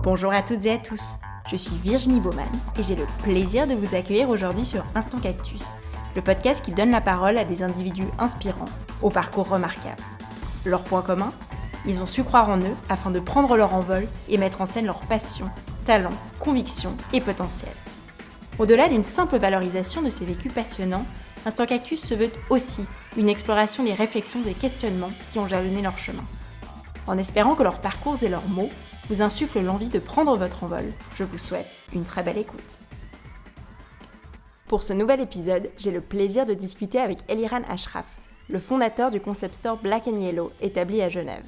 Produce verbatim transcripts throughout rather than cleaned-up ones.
Bonjour à toutes et à tous, je suis Virginie Baumann et j'ai le plaisir de vous accueillir aujourd'hui sur Instant Cactus, le podcast qui donne la parole à des individus inspirants, au parcours remarquable. Leur point commun ? Ils ont su croire en eux afin de prendre leur envol et mettre en scène leurs passions, talents, convictions et potentiel. Au-delà d'une simple valorisation de ces vécus passionnants, Instant Cactus se veut aussi une exploration des réflexions et questionnements qui ont jalonné leur chemin. En espérant que leurs parcours et leurs mots vous insufflent l'envie de prendre votre envol, je vous souhaite une très belle écoute. Pour ce nouvel épisode, j'ai le plaisir de discuter avec Eliran Ashraf, le fondateur du concept store Black and Yellow, établi à Genève.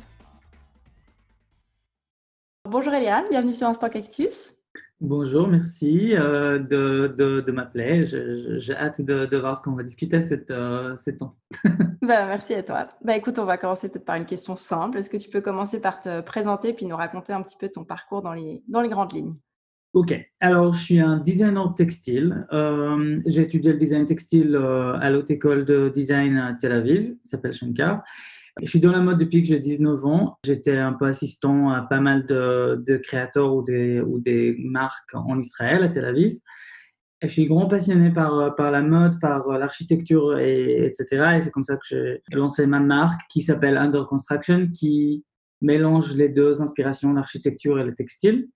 Bonjour Eliran, bienvenue sur Instant Cactus. Bonjour, merci euh, de, de, de m'appeler. Je, je, j'ai hâte de, de voir ce qu'on va discuter cet, euh, cet temps. Bah, merci à toi. Bah, écoute, on va commencer peut-être par une question simple. Est-ce que tu peux commencer par te présenter puis nous raconter un petit peu ton parcours dans les, dans les grandes lignes? Ok, alors je suis un designer textile. Euh, j'ai étudié le design textile euh, à l'Haute École de Design à Tel Aviv, qui s'appelle Shankar. Je suis dans la mode depuis que j'ai dix-neuf ans. J'étais un peu assistant à pas mal de, de créateurs ou des, ou des marques en Israël, à Tel Aviv. Et je suis grand passionné par, par la mode, par l'architecture, et, etc. Et c'est comme ça que j'ai lancé ma marque qui s'appelle Under Construction, qui mélange les deux inspirations, l'architecture et le textile.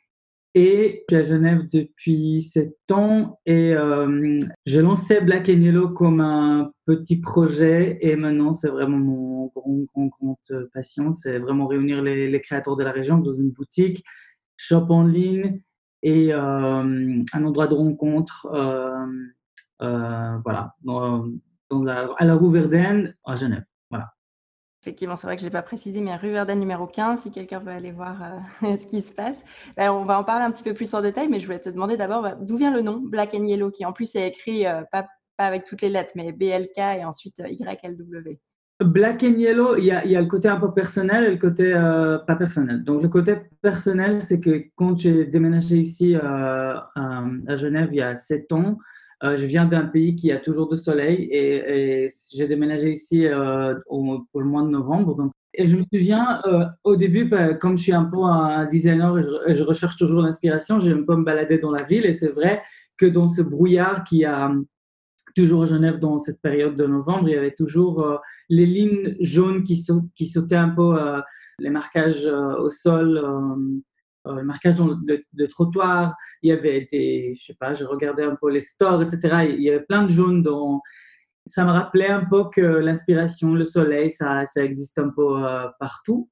Et je suis à Genève depuis sept ans et euh, j'ai lancé Black and Yellow comme un petit projet et maintenant c'est vraiment mon grand, grand, grande passion. C'est vraiment réunir les, les créateurs de la région dans une boutique, shop en ligne et euh, un endroit de rencontre, euh, euh, voilà, dans, dans la, à la rue Verden à Genève. Voilà. Effectivement, c'est vrai que je ne l'ai pas précisé, mais rue Verden numéro quinze, si quelqu'un veut aller voir euh, ce qui se passe. Ben, on va en parler un petit peu plus en détail, mais je voulais te demander d'abord bah, d'où vient le nom Black and Yellow, qui en plus est écrit euh, pas, pas avec toutes les lettres, mais B L K et ensuite euh, Y L W. Black and Yellow, il y a, il y a le côté un peu personnel et le côté euh, pas personnel. Donc, le côté personnel, c'est que quand j'ai déménagé ici euh, à, à Genève il y a sept ans, euh, je viens d'un pays qui a toujours du soleil et, et j'ai déménagé ici euh, au, pour le mois de novembre. Donc, et je me souviens, euh, au début, bah, comme je suis un peu un designer et je, et je recherche toujours l'inspiration, j'aime pas me balader dans la ville et c'est vrai que dans ce brouillard qui a toujours à Genève dans cette période de novembre, il y avait toujours euh, les lignes jaunes qui, saut, qui sautaient un peu, euh, les marquages euh, au sol, euh, euh, les marquages dans le, de, de trottoir. Il y avait des, je sais pas, je regardais un peu les stores, et cetera. Il y avait plein de jaunes dans. Ça me rappelait un peu que l'inspiration, le soleil, ça, ça existe un peu euh, partout.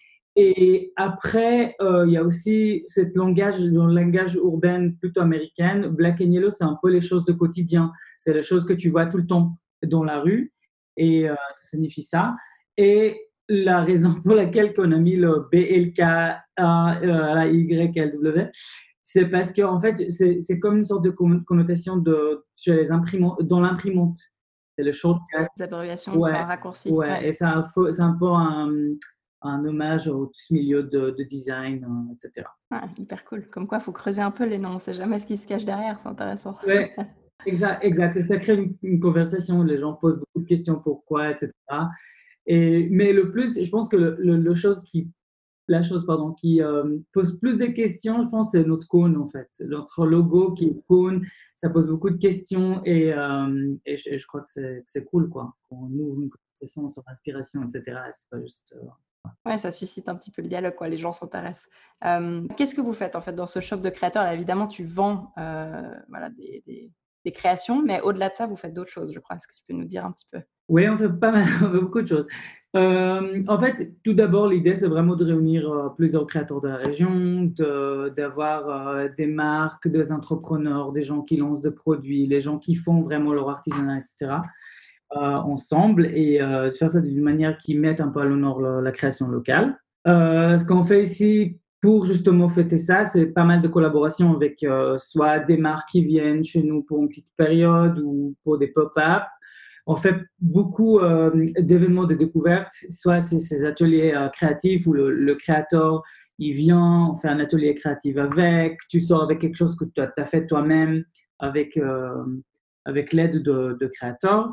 Et après, euh, il y a aussi ce langage, le langage urbain plutôt américain. Black and Yellow, c'est un peu les choses de quotidien. C'est les choses que tu vois tout le temps dans la rue. Et euh, ça signifie ça. Et la raison pour laquelle on a mis le B L K à la Y L W, c'est parce que en fait, c'est, c'est comme une sorte de connotation de, sur les imprimantes, dans l'imprimante. C'est le shortcut. Des abréviations, Ouais, enfin raccourcis. ouais. Ouais. Et c'est un, peu, c'est un peu un un hommage au tout ce milieu de, de design, euh, et cetera. Ah, hyper cool. Comme quoi, il faut creuser un peu les noms. On ne sait jamais ce qui se cache derrière. C'est intéressant. Ouais, exact, exact. Ça crée une, une conversation. Les gens posent beaucoup de questions, pourquoi, et cetera. Et, mais le plus, je pense que le, le, le chose qui, la chose pardon, qui euh, pose plus de questions, je pense, c'est notre cône, en fait. Notre logo qui est cône, ça pose beaucoup de questions et, euh, et, je, et je crois que c'est, c'est cool, quoi. Qu'on ouvre une conversation sur l'inspiration, et cetera. Et c'est pas juste... Euh, Ouais, ça suscite un petit peu le dialogue, quoi. Les gens s'intéressent. Euh, qu'est-ce que vous faites en fait dans ce shop de créateurs? Là, évidemment, tu vends euh, voilà, des, des, des créations, mais au-delà de ça, vous faites d'autres choses, je crois. Est-ce que tu peux nous dire un petit peu? Oui, on fait pas mal, on fait beaucoup de choses. Euh, en fait, tout d'abord, l'idée, c'est vraiment de réunir euh, plusieurs créateurs de la région, de, d'avoir euh, des marques, des entrepreneurs, des gens qui lancent des produits, les gens qui font vraiment leur artisanat, et cetera, euh, ensemble et euh, de faire ça d'une manière qui mette un peu à l'honneur la, la création locale. Euh, ce qu'on fait ici pour justement fêter ça, c'est pas mal de collaborations avec euh, soit des marques qui viennent chez nous pour une petite période ou pour des pop-up. On fait beaucoup euh, d'événements de découverte, soit c'est ces ateliers euh, créatifs où le, le créateur, il vient, on fait un atelier créatif avec, tu sors avec quelque chose que tu as fait toi-même avec, euh, avec l'aide de, de créateurs.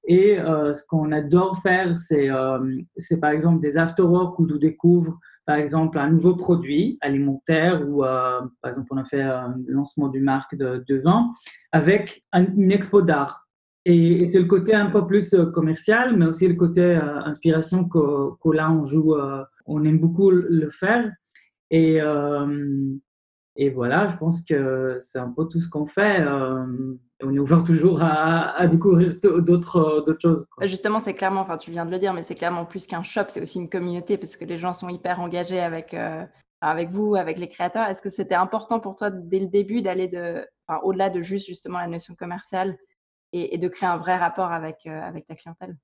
Et euh, ce qu'on adore faire, c'est, euh, c'est par exemple des after-work où on découvre par exemple un nouveau produit alimentaire ou euh, par exemple on a fait un lancement d'une marque de, de vin avec un- une expo d'art. Et, et c'est le côté un peu plus euh, commercial, mais aussi le côté euh, inspiration que, que là on joue, euh, on aime beaucoup le faire. Et, euh, et voilà, je pense que c'est un peu tout ce qu'on fait. Euh, et on est ouvert toujours à, à découvrir t- d'autres, d'autres choses, quoi. Justement, c'est clairement, enfin, tu viens de le dire, mais c'est clairement plus qu'un shop, c'est aussi une communauté parce que les gens sont hyper engagés avec, euh, avec vous, avec les créateurs. Est-ce que c'était important pour toi dès le début d'aller de, enfin, au-delà de juste justement la notion commerciale et, et de créer un vrai rapport avec, euh, avec ta clientèle?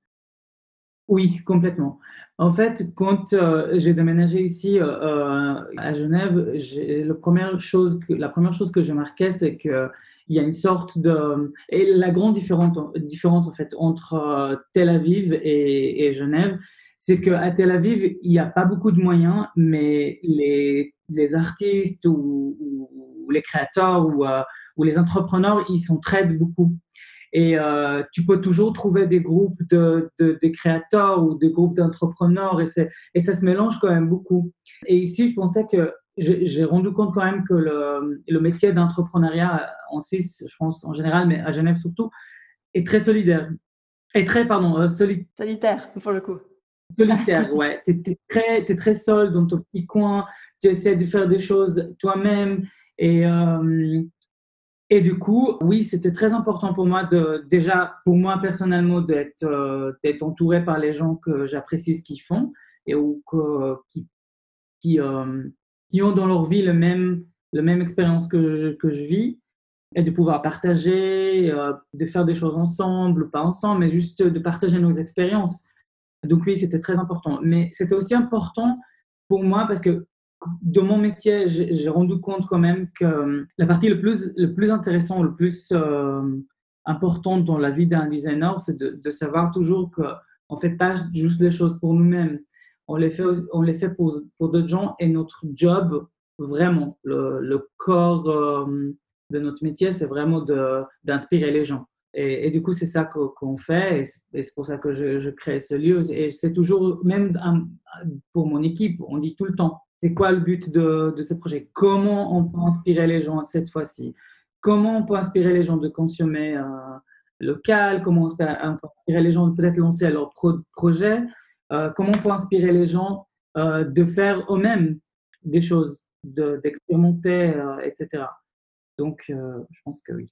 Oui, complètement. En fait, quand euh, j'ai déménagé ici euh, euh, à Genève, j'ai, la première chose que, la première chose que j'ai marqué, c'est qu'il y a une sorte de... Et la grande différence, différence en fait, entre euh, Tel Aviv et, et Genève, c'est qu'à Tel Aviv, il n'y a pas beaucoup de moyens, mais les, les artistes ou, ou les créateurs ou, euh, ou les entrepreneurs, ils s'entraident beaucoup. Et euh, tu peux toujours trouver des groupes de, de, de créateurs ou des groupes d'entrepreneurs et, c'est, et ça se mélange quand même beaucoup. Et ici, je pensais que j'ai, j'ai rendu compte quand même que le, le métier d'entrepreneuriat en Suisse, je pense en général, mais à Genève surtout, est très solidaire. Est très, pardon, euh, soli- Solitaire, pour le coup. solitaire, ouais. Tu es, très, t'es très seul dans ton petit coin, tu essaies de faire des choses toi-même. Et, euh, Et du coup, oui, c'était très important pour moi de, déjà, pour moi personnellement, d'être euh, d'être entouré par les gens que j'apprécie ce qu'ils font et ou que, qui, qui, euh, qui ont dans leur vie le même, le même expérience que, que je vis et de pouvoir partager, euh, de faire des choses ensemble ou pas ensemble, mais juste de partager nos expériences. Donc oui, c'était très important. Mais c'était aussi important pour moi parce que de mon métier, j'ai j'ai rendu compte quand même que euh, la partie le plus, le plus intéressant, le plus euh, importante dans la vie d'un designer, c'est de, de savoir toujours qu'on ne fait pas juste les choses pour nous-mêmes. On les fait, on les fait pour, pour d'autres gens et notre job, vraiment, le, le corps euh, de notre métier, c'est vraiment de, d'inspirer les gens. Et, et, du coup, c'est ça qu'on qu'on fait et c'est, et c'est pour ça que je, je crée ce lieu. Et c'est toujours, même un, pour mon équipe, on dit tout le temps, c'est quoi le but de, de ce projet? Comment on peut inspirer les gens cette fois-ci? Comment on peut inspirer les gens de consommer euh, local? Comment on peut inspirer les gens de peut-être lancer leur pro projet? Euh, comment on peut inspirer les gens euh, de faire eux-mêmes des choses, de, d'expérimenter, euh, et cetera. Donc, euh, je pense que oui.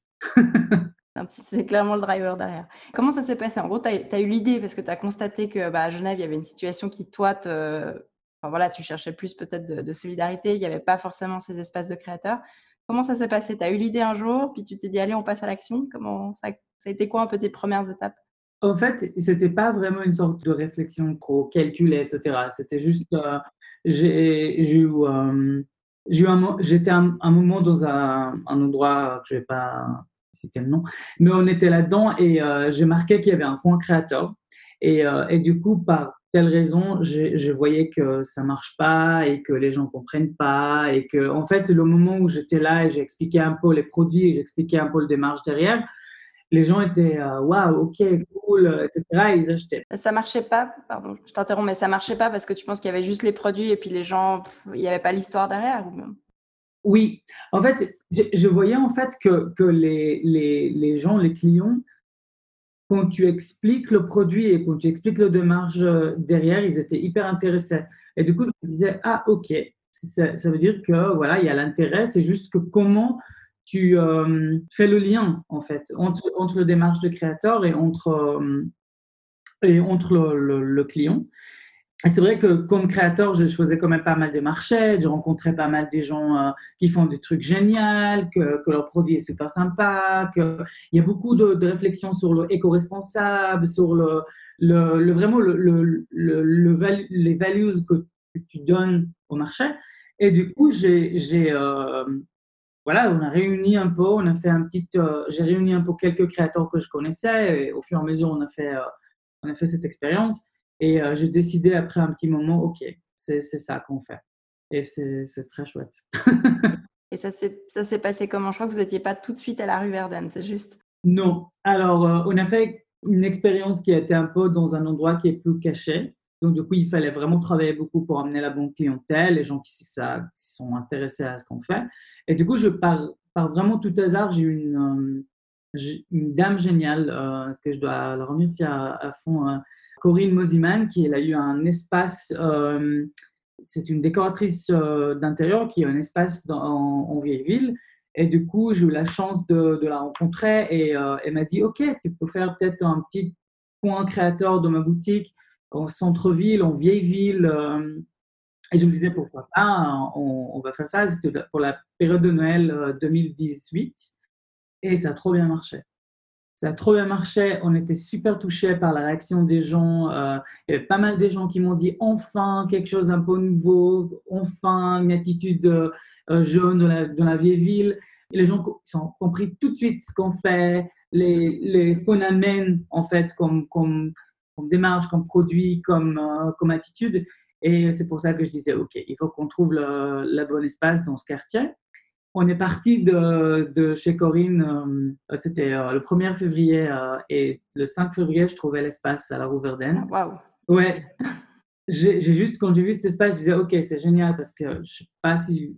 Un petit c'est clairement le driver derrière. Comment ça s'est passé? En gros, tu as eu l'idée parce que tu as constaté que, bah, à Genève, il y avait une situation qui, toi, te enfin, voilà, tu cherchais plus peut-être de de solidarité, il y avait pas forcément ces espaces de créateurs. Comment ça s'est passé? Tu as eu l'idée un jour, puis tu t'es dit: «Allez, on passe à l'action». Comment ça ça a été quoi un peu tes premières étapes? En fait, c'était pas vraiment une sorte de réflexion trop calculée, et cetera. C'était juste, euh, j'ai j'ai eu, euh, j'ai eu un, mo- j'étais un, un moment dans un, un endroit que je vais pas citer le nom, mais on était là-dedans et euh, j'ai marqué qu'il y avait un coin créateur. Et, euh, et du coup, par telle raison, je, je voyais que ça marche pas et que les gens comprennent pas et que, en fait, le moment où j'étais là et j'ai expliqué un peu les produits et j'expliquais un peu le démarche derrière, les gens étaient euh, waouh, ok, cool, euh, et cetera. Et ils achetaient. Ça marchait pas pardon, je t'interromps, mais ça marchait pas parce que tu penses qu'il y avait juste les produits et puis les gens, pff, il y avait pas l'histoire derrière ou? Oui, en fait, je, je voyais en fait que, que les, les, les gens, les clients, quand tu expliques le produit et quand tu expliques le démarche euh, derrière, ils étaient hyper intéressés. Et du coup, je me disais, ah, ok, ça, ça veut dire que voilà, il y a l'intérêt, c'est juste que comment tu euh, fais le lien en fait entre, entre le démarche de créateur et entre, euh, et entre le, le, le client. Et c'est vrai que comme créateur, je, je faisais quand même pas mal de marchés, je rencontrais pas mal des gens euh, qui font des trucs géniaux, que, que leur produit est super sympa, qu'il y a beaucoup de, de réflexions sur le éco-responsable, sur le, le, le vraiment le, le, le, le val, les values que, que, tu donnes au marché. Et du coup, j'ai, j'ai euh, voilà, on a réuni un peu, on a fait un petit, euh, j'ai réuni un peu quelques créateurs que je connaissais, et au fur et à mesure, on a fait, euh, on a fait cette expérience. Et euh, j'ai décidé après un petit moment, OK, c'est c'est ça qu'on fait. Et c'est c'est très chouette. Et ça s'est ça s'est passé comment? Je crois que vous étiez pas tout de suite à la rue Verdun, c'est juste? Non. Alors, euh, on a fait une expérience qui a été un peu dans un endroit qui est plus caché. Donc, du coup, il fallait vraiment travailler beaucoup pour amener la bonne clientèle, les gens qui, ça, qui sont intéressés à ce qu'on fait. Et du coup, je par, par vraiment tout hasard, j'ai eu une, euh, j'ai une dame géniale euh, que je dois la remercier à, à fond, euh, Corinne Mosiman, qui elle a eu un espace, euh, c'est une décoratrice euh, d'intérieur qui a un espace dans, en, en vieille ville. Et du coup, j'ai eu la chance de, de la rencontrer et euh, elle m'a dit, OK, tu peux faire peut-être un petit point créateur de ma boutique en centre-ville, en vieille ville. Euh, et je me disais, pourquoi pas, on, on va faire ça. C'était pour la période de Noël euh, deux mille dix-huit et ça a trop bien marché. Ça a trop bien marché. On était super touchés par la réaction des gens. Euh, il y avait pas mal de gens qui m'ont dit enfin quelque chose un peu nouveau, enfin une attitude euh, jeune dans la, dans la vieille ville. Et les gens ont compris tout de suite ce qu'on fait, les, les, ce qu'on amène en fait comme, comme, comme démarche, comme produit, comme, euh, comme attitude. Et c'est pour ça que je disais, OK, il faut qu'on trouve le, le bon espace dans ce quartier. On est parti de, de chez Corinne, euh, c'était euh, le premier février euh, et le cinq février, je trouvais l'espace à la rue Verdenne. Waouh! Ouais, j'ai, j'ai juste, quand j'ai vu cet espace, je disais, OK, c'est génial parce que je ne sais pas si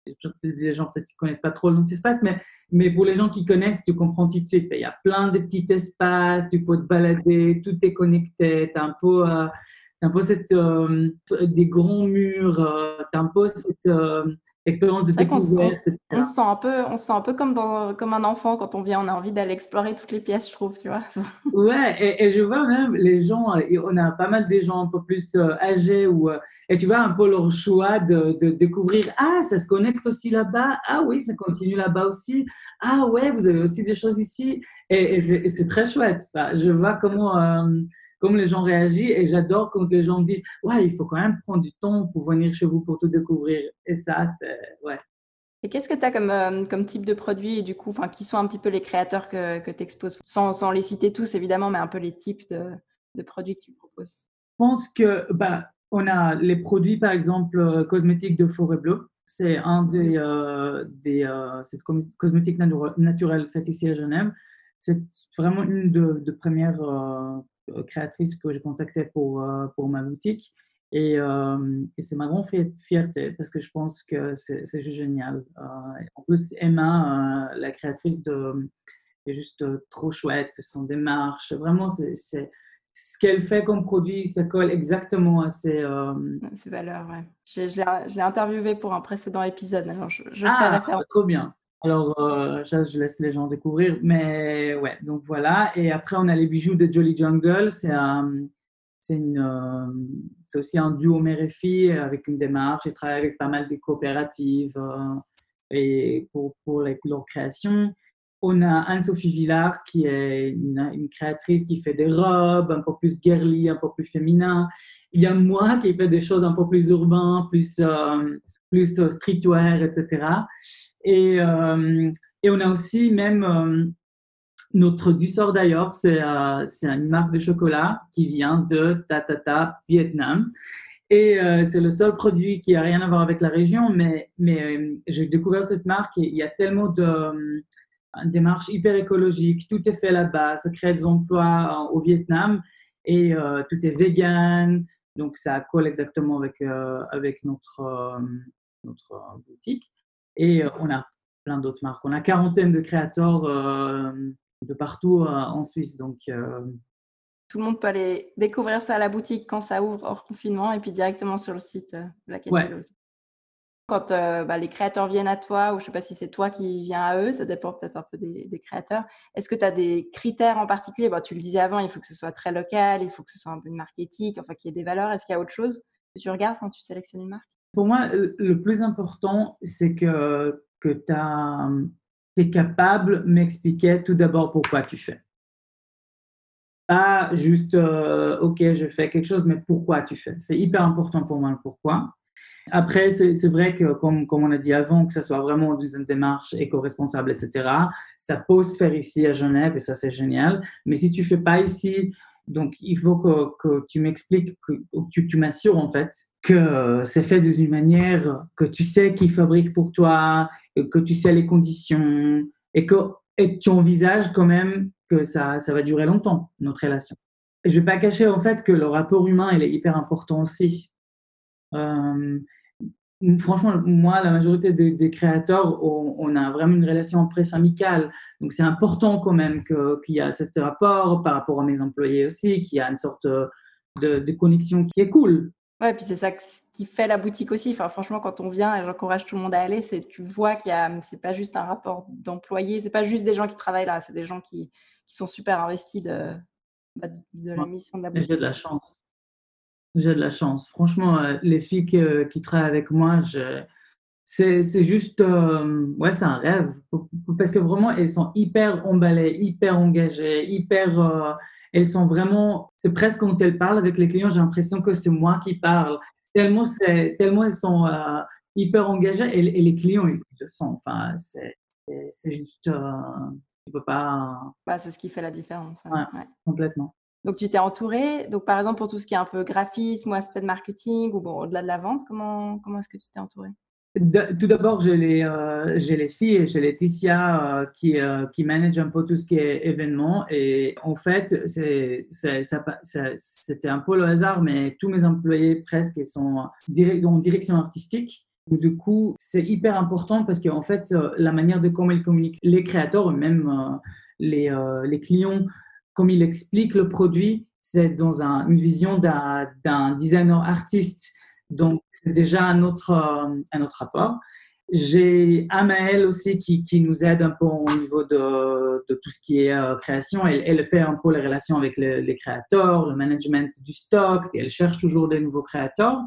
les gens peut-être ne connaissent pas trop le nom de cet espace, mais, mais pour les gens qui connaissent, tu comprends tout de suite. Il y a plein de petits espaces, tu peux te balader, tout est connecté, tu as un peu, euh, un peu cette, euh, des grands murs, euh, tu as un peu cette. Euh, expérience de découverte, et cetera. On se sent un peu, on se sent un peu comme, dans, comme un enfant quand on vient, on a envie d'aller explorer toutes les pièces, je trouve, tu vois. Ouais, et, et je vois même les gens, et on a pas mal de gens un peu plus euh, âgés, ou, euh, et tu vois un peu leur choix de, de découvrir, ah, ça se connecte aussi là-bas, ah oui, ça continue là-bas aussi, ah ouais, vous avez aussi des choses ici, et, et, c'est, et c'est très chouette. Enfin, je vois comment, euh, comment les gens réagissent, et j'adore quand les gens me disent, ouais, il faut quand même prendre du temps pour venir chez vous pour tout découvrir, et ça, c'est, ouais. Et qu'est-ce que tu as comme, euh, comme type de produit, et du coup, enfin, qui sont un petit peu les créateurs que, que tu exposes, sans, sans les citer tous évidemment, mais un peu les types de, de produits que tu proposes? Je pense que bah, on a les produits, par exemple, euh, cosmétiques de Forêt Bleue. C'est un des, euh, des euh, cette cosmétique natu- naturelle faite ici à Genève. C'est vraiment une de, de premières euh, créatrices que j'ai contactées pour, euh, pour ma boutique. Et, euh, et c'est ma grande fierté parce que je pense que c'est, c'est juste génial. Euh, en plus, Emma, euh, la créatrice de, est juste euh, trop chouette, son démarche. Vraiment, c'est, c'est ce qu'elle fait comme produit, ça colle exactement à ses. Euh... Ses valeurs, ouais. Je, je, l'ai, je l'ai interviewée pour un précédent épisode, alors je, je fais Ah, référence. trop bien. Alors, euh, ça, je laisse les gens découvrir. Mais ouais, donc voilà. Et après, on a les bijoux de Jolly Jungle. C'est, un, c'est, une, euh, c'est aussi un duo mère et fille avec une démarche. Ils travaillent avec pas mal de coopératives euh, et pour, pour les, leur création. On a Anne-Sophie Villard, qui est une, une créatrice qui fait des robes un peu plus girly, un peu plus féminin. Il y a moi qui fais des choses un peu plus urbaines, plus, euh, plus streetwear, et cetera. Et, euh, et on a aussi même euh, notre Dussor d'ailleurs, c'est, euh, c'est une marque de chocolat qui vient de Tatata, Vietnam. Et euh, c'est le seul produit qui n'a rien à voir avec la région, mais, mais euh, j'ai découvert cette marque et il y a tellement de euh, démarches hyper écologiques, tout est fait là-bas, ça crée des emplois au Vietnam et euh, tout est vegan, donc ça colle exactement avec, euh, avec notre, euh, notre euh, boutique. Et euh, on a plein d'autres marques. On a quarantaine de créateurs euh, de partout euh, en Suisse, donc euh, tout le monde peut aller découvrir ça à la boutique quand ça ouvre hors confinement et puis directement sur le site de la ouais. Quête Quand euh, bah, les créateurs viennent à toi, ou je ne sais pas si c'est toi qui viens à eux, ça dépend peut-être un peu des, des créateurs. Est-ce que tu as des critères en particulier? Bon, tu le disais avant, il faut que ce soit très local, il faut que ce soit un peu une marque éthique, enfin qu'il y ait des valeurs. Est-ce qu'il y a autre chose que tu regardes quand tu sélectionnes une marque? Pour moi, le plus important, c'est que, que tu es capable de m'expliquer tout d'abord pourquoi tu fais. Pas juste, euh, OK, je fais quelque chose, mais pourquoi tu fais. C'est hyper important pour moi le pourquoi. Après, c'est, c'est vrai que, comme, comme on a dit avant, que ça soit vraiment dans une démarche éco-responsable, et cetera, ça peut se faire ici à Genève et ça, c'est génial. Mais si tu ne fais pas ici, donc il faut que, que tu m'expliques, que, que tu, tu m'assures en fait que c'est fait d'une manière que tu sais qui fabrique pour toi, que tu sais les conditions et que et tu envisages quand même que ça, ça va durer longtemps, notre relation. Et je ne vais pas cacher en fait que le rapport humain, il est hyper important aussi. Euh, Franchement, moi, la majorité des, des créateurs, on, on a vraiment une relation presque amicale. Donc, c'est important quand même que, qu'il y a cet rapport par rapport à mes employés aussi, qu'il y a une sorte de, de connexion qui est cool. Ouais, et puis c'est ça qui fait la boutique aussi. Enfin, franchement, quand on vient, et j'encourage tout le monde à aller, c'est tu vois qu'il y a, c'est pas juste un rapport d'employés, c'est pas juste des gens qui travaillent là, c'est des gens qui, qui sont super investis de, bah, de la mission de la boutique. J'ai de la chance. J'ai de la chance. Franchement, euh, les filles que, qui travaillent avec moi, je, c'est, c'est juste, euh, ouais, c'est un rêve. Parce que vraiment, elles sont hyper emballées, hyper engagées, hyper, euh, elles sont vraiment, c'est presque quand elles parlent avec les clients, j'ai l'impression que c'est moi qui parle. Tellement, c'est, tellement elles sont euh, hyper engagées et, et les clients, ils le sont. Enfin, c'est, c'est, c'est juste, euh, tu peux pas. Bah, c'est ce qui fait la différence. Ouais. Ouais, Ouais. complètement. Donc, tu t'es entouré. Donc, par exemple, pour tout ce qui est un peu graphisme ou aspect de marketing ou bon, au-delà de la vente, comment, comment est-ce que tu t'es entouré? Tout d'abord, j'ai les, euh, j'ai les filles et j'ai Laetitia euh, qui, euh, qui managent un peu tout ce qui est événements. Et en fait, c'est, c'est, ça, ça, c'était un peu le hasard, mais tous mes employés presque ils sont direct, en direction artistique. Du coup, c'est hyper important parce qu'en fait, euh, la manière de comment ils communiquent, les créateurs, même euh, les, euh, les clients, comme ils expliquent le produit, c'est dans un, une vision d'un, d'un designer artiste. Donc, c'est déjà un autre, euh, un autre rapport. J'ai Amael aussi qui, qui nous aide un peu au niveau de, de tout ce qui est euh, création. Elle, elle fait un peu les relations avec les, les créateurs, le management du stock. Elle cherche toujours des nouveaux créateurs.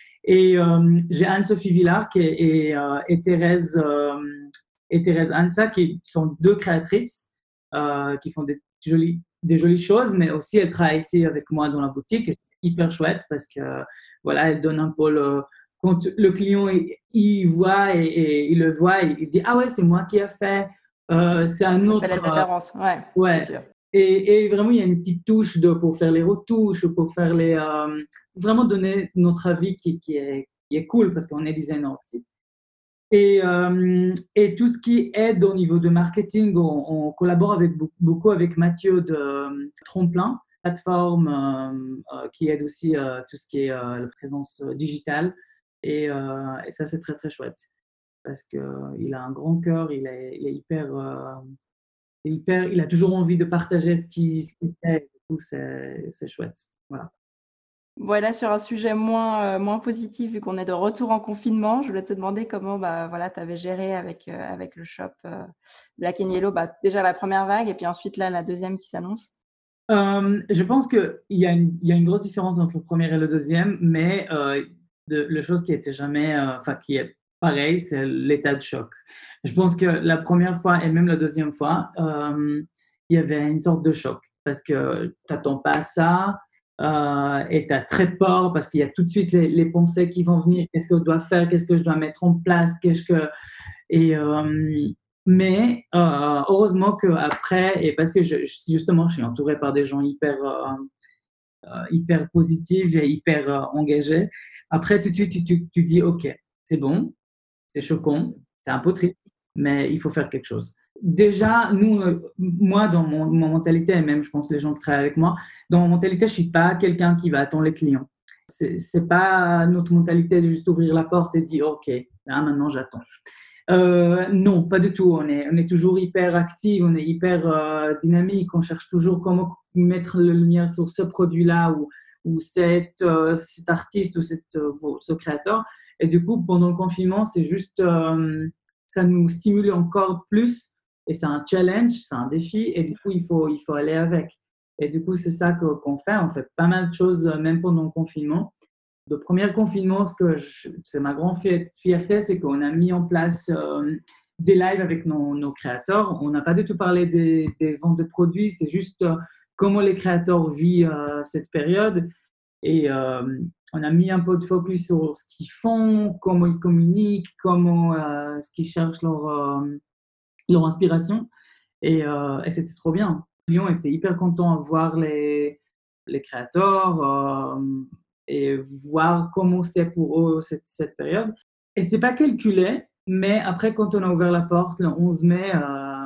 Et euh, j'ai Anne-Sophie Villard qui est, et, euh, et, Thérèse, euh, et Thérèse Ansa qui sont deux créatrices euh, qui font des jolies, des jolies choses, mais aussi elles travaillent ici avec moi dans la boutique. Et c'est hyper chouette parce que voilà, elles donnent un peu le. Quand le client il, il voit et, et il le voit, il dit ah ouais, c'est moi qui ai fait. Euh, c'est un Ça autre. fait la différence, ouais, ouais. c'est sûr. Et, et vraiment, il y a une petite touche de, pour faire les retouches, pour faire les. Euh, vraiment donner notre avis qui, qui, est, qui est cool parce qu'on est designer aussi. Et, euh, et tout ce qui aide au niveau de marketing, on, on collabore avec, beaucoup avec Mathieu de euh, Tromplin, plateforme euh, euh, qui aide aussi euh, tout ce qui est euh, la présence digitale. Et, euh, et ça, c'est très, très chouette parce qu'il a un grand cœur, il est, il est hyper, euh, il est hyper. Il a toujours envie de partager ce qu'il ce qu'il fait. Du coup, c'est, c'est chouette. Voilà. Voilà, sur un sujet moins, euh, moins positif, vu qu'on est de retour en confinement, je voulais te demander comment bah, voilà, tu avais géré avec, euh, avec le shop euh, Black and Yellow, bah, déjà la première vague et puis ensuite là, la deuxième qui s'annonce. Euh, je pense qu'il y, a une- il y a une grosse différence entre le premier et le deuxième, mais euh, de, la chose qui était jamais, euh, enfin qui est pareil, c'est l'état de choc. Je pense que la première fois et même la deuxième fois, euh, il y avait une sorte de choc parce que tu n'attends pas à ça euh, et tu as très peur parce qu'il y a tout de suite les, les pensées qui vont venir. Qu'est-ce que je dois faire? Qu'est-ce que je dois mettre en place? Qu'est-ce que et euh, mais euh, heureusement qu'après, et parce que je, justement, je suis entourée par des gens hyper, euh, euh, hyper positifs et hyper euh, engagés, après, tout de suite, tu, tu, tu dis, OK, c'est bon, c'est choquant, c'est un peu triste, mais il faut faire quelque chose. Déjà, nous, euh, moi, dans mon, mon mentalité, et même je pense les gens qui travaillent avec moi, dans mon mentalité, je ne suis pas quelqu'un qui va attendre les clients. C'est, c'est pas notre mentalité de juste ouvrir la porte et dire, OK, là, maintenant, j'attends. Euh, non, pas du tout. On est, on est toujours hyper actif, on est hyper euh, dynamique, on cherche toujours comment mettre la lumière sur ce produit-là ou, ou cet, euh, cet artiste ou cet, euh, ce créateur. Et du coup, pendant le confinement, c'est juste, euh, ça nous stimule encore plus et c'est un challenge, c'est un défi et du coup, il faut, il faut aller avec. Et du coup, c'est ça que, qu'on fait. On fait pas mal de choses, même pendant le confinement. Le premier confinement, ce que je, c'est ma grande fierté, c'est qu'on a mis en place euh, des lives avec nos, nos créateurs. On n'a pas du tout parlé des, des ventes de produits, c'est juste euh, comment les créateurs vivent euh, cette période. Et euh, on a mis un peu de focus sur ce qu'ils font, comment ils communiquent, comment euh, ce qu'ils cherchent leur, euh, leur inspiration. Et, euh, et c'était trop bien. Lyon était hyper content de voir les, les créateurs euh, et voir comment c'est pour eux cette, cette période. Et ce n'était pas calculé, mais après, quand on a ouvert la porte le onze mai, euh,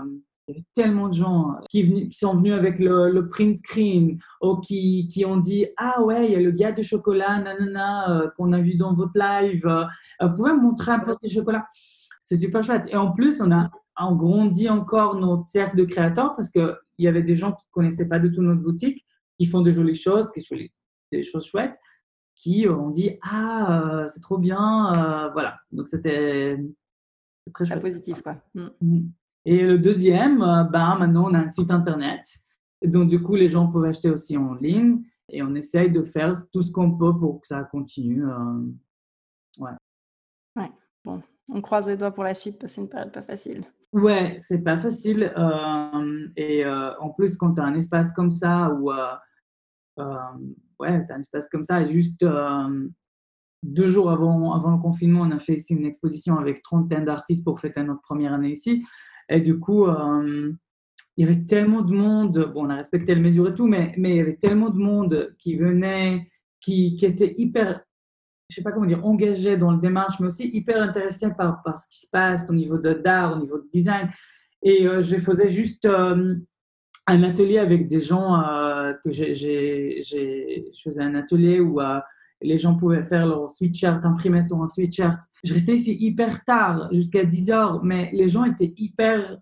Il y avait tellement de gens qui, venu, qui sont venus avec le, le print screen ou qui, qui ont dit « Ah ouais, il y a le gars de chocolat, nanana, euh, qu'on a vu dans votre live. Euh, vous pouvez me montrer un peu ces chocolats ?» C'est super chouette. Et en plus, on a on grandit encore notre cercle de créateurs parce qu'il y avait des gens qui ne connaissaient pas du tout notre boutique, qui font de jolies choses, qui font des choses chouettes, qui ont dit « Ah, euh, c'est trop bien. Euh, » Voilà. Donc, c'était très chouette. Très positif, quoi. Mm. Mm. Et le deuxième, euh, ben, maintenant, on a un site internet. Donc, du coup, les gens peuvent acheter aussi en ligne. Et on essaye de faire tout ce qu'on peut pour que ça continue. Euh, ouais. Ouais. Bon, on croise les doigts pour la suite parce que c'est une période pas facile. Ouais, c'est pas facile. Euh, et euh, en plus, quand tu as un espace comme ça, où, euh, euh, ouais, tu as un espace comme ça, et juste euh, deux jours avant, avant le confinement, on a fait ici une exposition avec trentaine d'artistes pour fêter notre première année ici. Et du coup, euh, il y avait tellement de monde, bon, on a respecté les mesures et tout, mais, mais il y avait tellement de monde qui venait, qui, qui était hyper, je sais pas comment dire, engagé dans le démarche, mais aussi hyper intéressé par, par ce qui se passe au niveau de d'art, au niveau de design. Et euh, je faisais juste euh, un atelier avec des gens euh, que j'ai, j'ai, j'ai, je faisais un atelier où euh, les gens pouvaient faire leur sweatshirt, imprimer sur un sweatshirt. Je restais ici hyper tard, jusqu'à dix heures, mais les gens étaient hyper,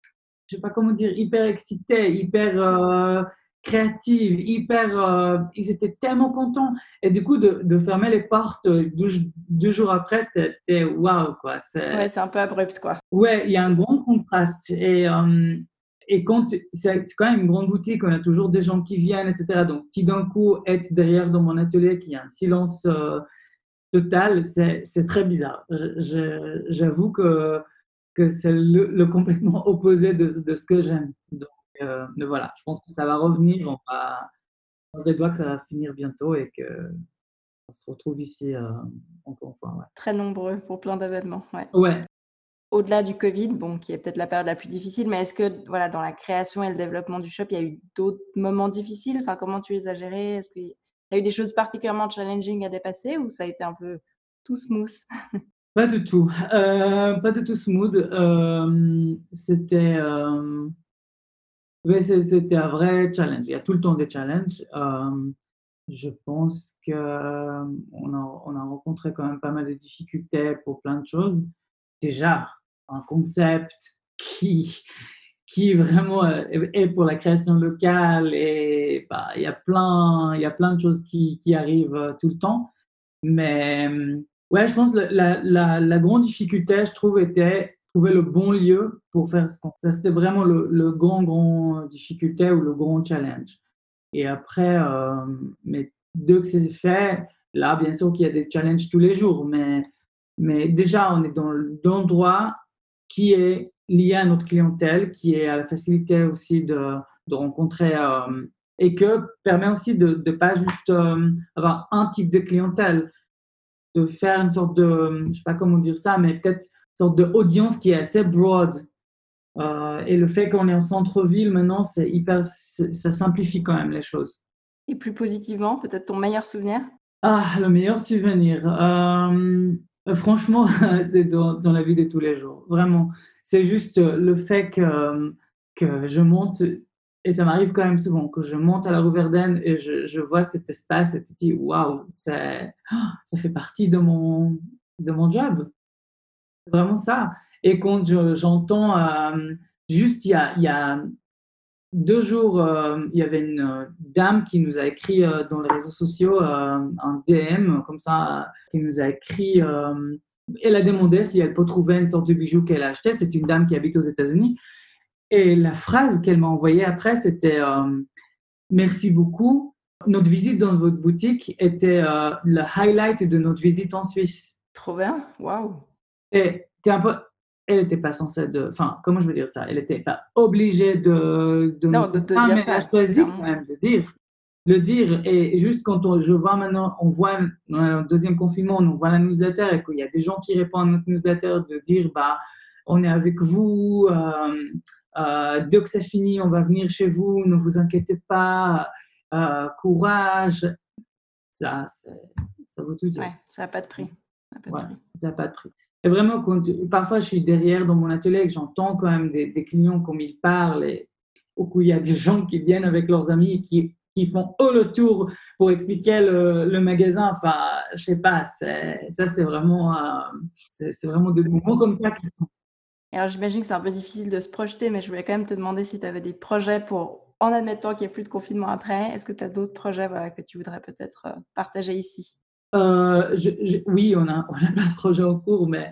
je sais pas comment dire, hyper excités, hyper euh, créatifs, hyper, euh, ils étaient tellement contents. Et du coup, de, de fermer les portes deux, deux jours après, t'es waouh, quoi. C'est... Ouais, c'est un peu abrupt, quoi. Ouais, il y a un grand contraste. Et, euh, et quand c'est, c'est quand même une grande boutique, on a toujours des gens qui viennent, et cetera. Donc, si d'un coup, être derrière dans mon atelier, qu'il y a un silence euh, total, c'est, c'est très bizarre. Je, je, j'avoue que que c'est le, le complètement opposé de, de ce que j'aime. Donc, euh, mais voilà, je pense que ça va revenir. On va, on les doigts que ça va finir bientôt et qu'on se retrouve ici euh, encore une fois. Ouais. Très nombreux pour plein d'événements. Ouais. Ouais. Au-delà du Covid, bon, qui est peut-être la période la plus difficile, mais est-ce que voilà, dans la création et le développement du shop, il y a eu d'autres moments difficiles? Enfin, comment tu les as gérés? Est-ce qu'il y a eu des choses particulièrement challenging à dépasser ou ça a été un peu tout smooth? Pas du tout. Euh, pas du tout smooth. Euh, c'était, euh, ouais, c'était un vrai challenge. Il y a tout le temps des challenges. Euh, je pense qu'on a, on a rencontré quand même pas mal de difficultés pour plein de choses. Déjà, un concept qui, qui vraiment est pour la création locale et bah, il y a plein, il y a plein de choses qui, qui arrivent tout le temps. Mais ouais, je pense que la, la, la grande difficulté, je trouve, était trouver le bon lieu pour faire ce qu'on. Ça, c'était vraiment le, le grand, grand difficulté ou le grand challenge. Et après, euh, mais dès que c'est fait, là, bien sûr qu'il y a des challenges tous les jours, mais, mais déjà, on est dans l'endroit qui est lié à notre clientèle, qui est à la facilité aussi de, de rencontrer euh, et que permet aussi de ne pas juste euh, avoir un type de clientèle, de faire une sorte de, je ne sais pas comment dire ça, mais peut-être une sorte d'audience qui est assez broad. Euh, et le fait qu'on est en centre-ville maintenant, c'est hyper, ça simplifie quand même les choses. Et plus positivement, peut-être ton meilleur souvenir? Ah, le meilleur souvenir. Euh, franchement, c'est dans, dans la vie de tous les jours. Vraiment. C'est juste le fait que, que je monte, et ça m'arrive quand même souvent, que je monte à la rue Verdun et je, je vois cet espace et tu te dis, waouh, ça, ça fait partie de mon, de mon job. C'est vraiment ça. Et quand je, j'entends, euh, juste il y a, il y a deux jours, euh, il y avait une euh, dame qui nous a écrit euh, dans les réseaux sociaux euh, un D M comme ça, euh, qui nous a écrit. Euh, elle a demandé si elle peut trouver une sorte de bijou qu'elle a acheté. C'est une dame qui habite aux États-Unis. Et la phrase qu'elle m'a envoyée après, c'était euh, merci beaucoup. Notre visite dans votre boutique était euh, le highlight de notre visite en Suisse. Trop bien, waouh! Et t'es un peu, elle n'était pas censée de, enfin, comment je veux dire ça? Elle n'était pas obligée de, de nous Non, de te ah, dire mais elle ça, a choisi quand clairement. même de dire, le dire. Et juste quand on, je vois maintenant, on voit dans le deuxième confinement, on voit la newsletter et qu'il y a des gens qui répondent à notre newsletter de dire, bah, on est avec vous, euh, euh, dès que c'est fini, on va venir chez vous, ne vous inquiétez pas, euh, courage. Ça, c'est, ça vaut tout dire. Ouais, ça a pas de prix. Ça a pas de Ouais, prix. ça n'a pas de prix. Et vraiment, quand, parfois, je suis derrière dans mon atelier et que j'entends quand même des, des clients comme ils parlent, et, ou qu'il y a des gens qui viennent avec leurs amis et qui, qui font haut le tour pour expliquer le, le magasin. Enfin, je sais pas, c'est, ça, c'est vraiment, euh, c'est, c'est vraiment des moments comme ça qui sont. Alors, j'imagine que c'est un peu difficile de se projeter, mais je voulais quand même te demander si tu avais des projets pour, en admettant qu'il n'y ait plus de confinement après, est-ce que tu as d'autres projets voilà, que tu voudrais peut-être euh, partager ici? Euh, je, je, oui, on a, on a plein de projets en cours, mais,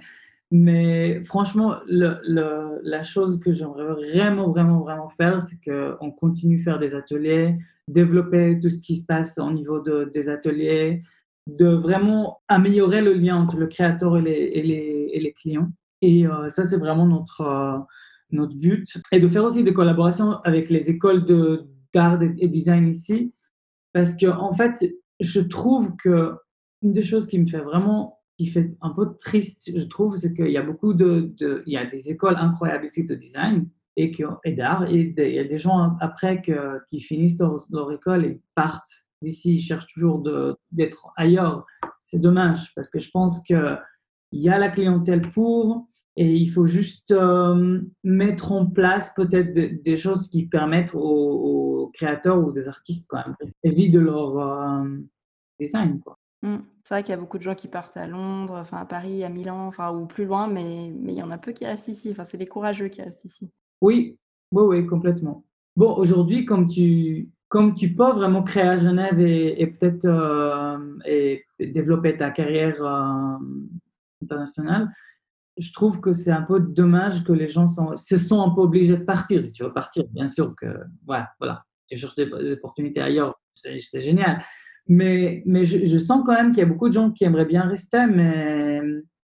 mais franchement, le, le, la chose que j'aimerais vraiment, vraiment, vraiment faire, c'est qu'on continue à faire des ateliers, développer tout ce qui se passe au niveau de, des ateliers, de vraiment améliorer le lien entre le créateur et les, et les, et les clients. Et euh, ça, c'est vraiment notre, euh, notre but. Et de faire aussi des collaborations avec les écoles de, d'art et design ici, parce qu'en en fait, je trouve que une des choses qui me fait vraiment, qui fait un peu triste, je trouve, c'est qu'il y a beaucoup de, de il y a des écoles incroyables ici de design et, que, et d'art, et des, il y a des gens après que, qui finissent leur, leur école et partent d'ici, ils cherchent toujours de, d'être ailleurs. C'est dommage, parce que je pense qu'il y a la clientèle pour, et il faut juste euh, mettre en place peut-être de, des choses qui permettent aux, aux créateurs ou des artistes quand même, de vivre de leur euh, design, quoi. Mmh. C'est vrai qu'il y a beaucoup de gens qui partent à Londres, enfin à Paris, à Milan, enfin ou plus loin, mais mais il y en a peu qui restent ici. Enfin, c'est les courageux qui restent ici. Oui, oui, oui, complètement. Bon, aujourd'hui, comme tu, comme tu peux vraiment créer à Genève et, et peut-être euh, et développer ta carrière euh, internationale, je trouve que c'est un peu dommage que les gens sont, se sont un peu obligés de partir. Si tu veux partir, bien sûr que, ouais, voilà, tu cherches des, des opportunités ailleurs, c'est, c'est génial. Mais, mais je, je sens quand même qu'il y a beaucoup de gens qui aimeraient bien rester, mais,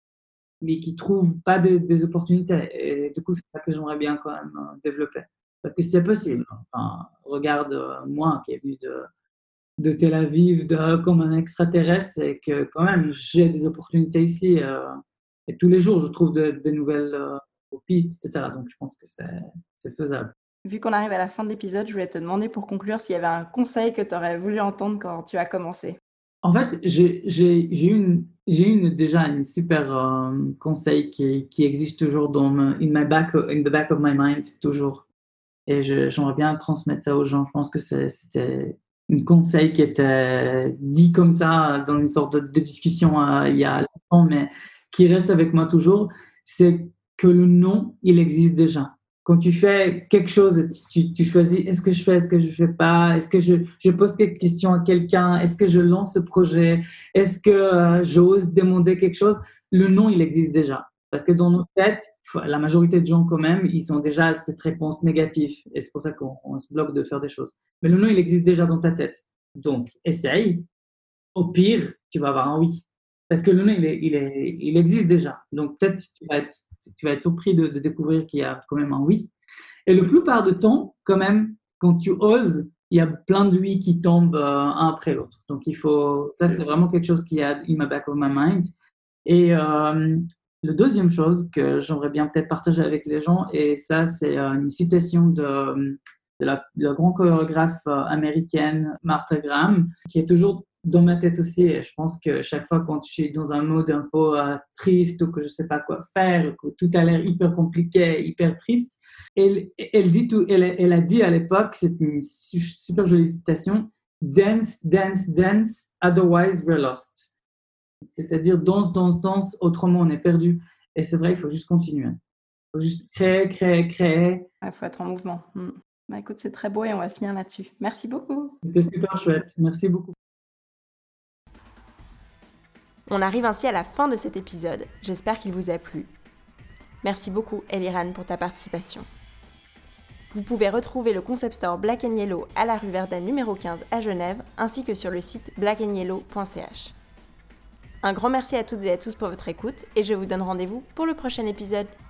mais qui ne trouvent pas de, des opportunités. Et du coup, c'est ça que j'aimerais bien quand même euh, développer. Parce que c'est possible. Enfin, regarde, euh, moi qui ai vu de, de Tel Aviv de, comme un extraterrestre, c'est que quand même, j'ai des opportunités ici. Euh, et tous les jours, je trouve de, de nouvelles euh, pistes, et cetera. Donc, je pense que c'est, c'est faisable. Vu qu'on arrive à la fin de l'épisode, je voulais te demander pour conclure s'il y avait un conseil que tu aurais voulu entendre quand tu as commencé. En fait, j'ai, j'ai, j'ai une, j'ai une, déjà un super euh, conseil qui, qui existe toujours dans me, in, my back, in the back of my mind, toujours. Et je, j'aimerais bien transmettre ça aux gens. Je pense que c'est, c'était un conseil qui était dit comme ça dans une sorte de, de discussion euh, il y a longtemps, mais qui reste avec moi toujours. C'est que le non, il existe déjà. Quand tu fais quelque chose, tu, tu choisis est-ce que je fais, est-ce que je ne fais pas, est-ce que je, je pose quelques questions à quelqu'un, est-ce que je lance ce projet, est-ce que euh, j'ose demander quelque chose. Le non, il existe déjà. Parce que dans nos têtes, la majorité de gens quand même, ils ont déjà cette réponse négative. Et c'est pour ça qu'on on se bloque de faire des choses. Mais le non, il existe déjà dans ta tête. Donc, essaye. Au pire, tu vas avoir un oui. Parce que le non, il, est, il, est, il existe déjà. Donc, peut-être tu vas être, tu vas être surpris de, de découvrir qu'il y a quand même un oui. Et le plupart du temps, quand même, quand tu oses, il y a plein de oui qui tombent euh, un après l'autre. Donc, il faut. Ça, c'est vraiment quelque chose qui a in my back of my mind. Et euh, la deuxième chose que j'aimerais bien peut-être partager avec les gens, et ça, c'est une citation de, de, la, de la grande chorégraphe américaine Martha Graham, qui est toujours dans ma tête aussi. Et je pense que chaque fois quand je suis dans un mode un peu euh, triste ou que je ne sais pas quoi faire, que tout a l'air hyper compliqué, hyper triste, elle, elle, dit tout, elle, elle a dit à l'époque, c'est une super jolie citation, « Dance, dance, dance, otherwise we're lost ». C'est-à-dire danse, danse, danse, autrement on est perdu. Et c'est vrai, il faut juste continuer. Il faut juste créer, créer, créer. Il faut être en mouvement. Mmh. Bah, écoute, c'est très beau et on va finir là-dessus. Merci beaucoup. C'était super chouette. Merci beaucoup. On arrive ainsi à la fin de cet épisode. J'espère qu'il vous a plu. Merci beaucoup, Eliran, pour ta participation. Vous pouvez retrouver le concept store Black and Yellow à la rue Verdun numéro quinze à Genève, ainsi que sur le site black and yellow point c h. Un grand merci à toutes et à tous pour votre écoute et je vous donne rendez-vous pour le prochain épisode.